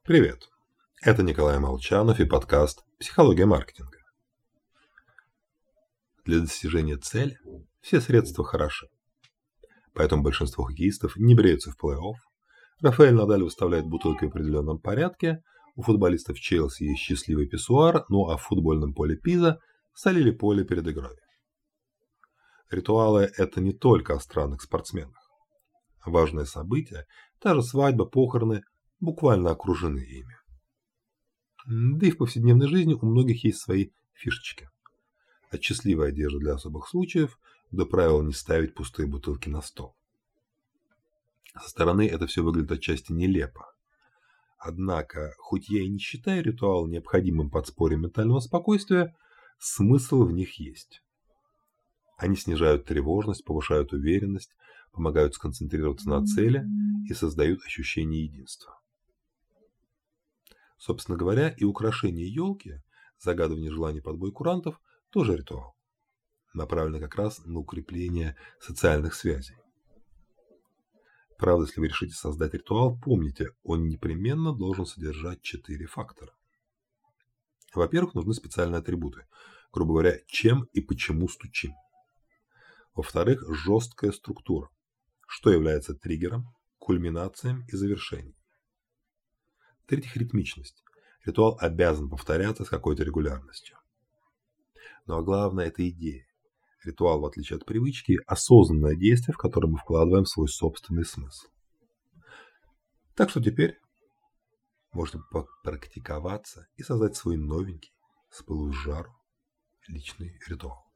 Привет! Это Николай Молчанов и подкаст «Психология маркетинга». Для достижения цели все средства хороши. Поэтому большинство хоккеистов не бреются в плей-офф. Рафаэль Надаль выставляет бутылки в определенном порядке. У футболистов Челси есть счастливый писсуар, ну а в футбольном поле Пиза солили поле перед игрой. Ритуалы – это не только о странных спортсменах. Важные события, та же свадьба, похороны, буквально окружены ими. Да и в повседневной жизни у многих есть свои фишечки. От счастливой одежды для особых случаев до правила не ставить пустые бутылки на стол. Со стороны это все выглядит отчасти нелепо. Однако, хоть я и не считаю ритуал необходимым подспорьем ментального спокойствия, смысл в них есть. Они снижают тревожность, повышают уверенность, помогают сконцентрироваться на цели и создают ощущение единства. Собственно говоря, и украшение елки, загадывание желаний под бой курантов – тоже ритуал, направленный как раз на укрепление социальных связей. Правда, если вы решите создать ритуал, помните, он непременно должен содержать 4 фактора. Во-первых, нужны специальные атрибуты, грубо говоря, чем и почему стучим. Во-вторых, жесткая структура, что является триггером, кульминацией и завершением. В-третьих, ритмичность. Ритуал обязан повторяться с какой-то регулярностью. Ну а главное – это идея. Ритуал, в отличие от привычки, осознанное действие, в которое мы вкладываем свой собственный смысл. Так что теперь можно попрактиковаться и создать свой новенький, с пылу с жару, личный ритуал.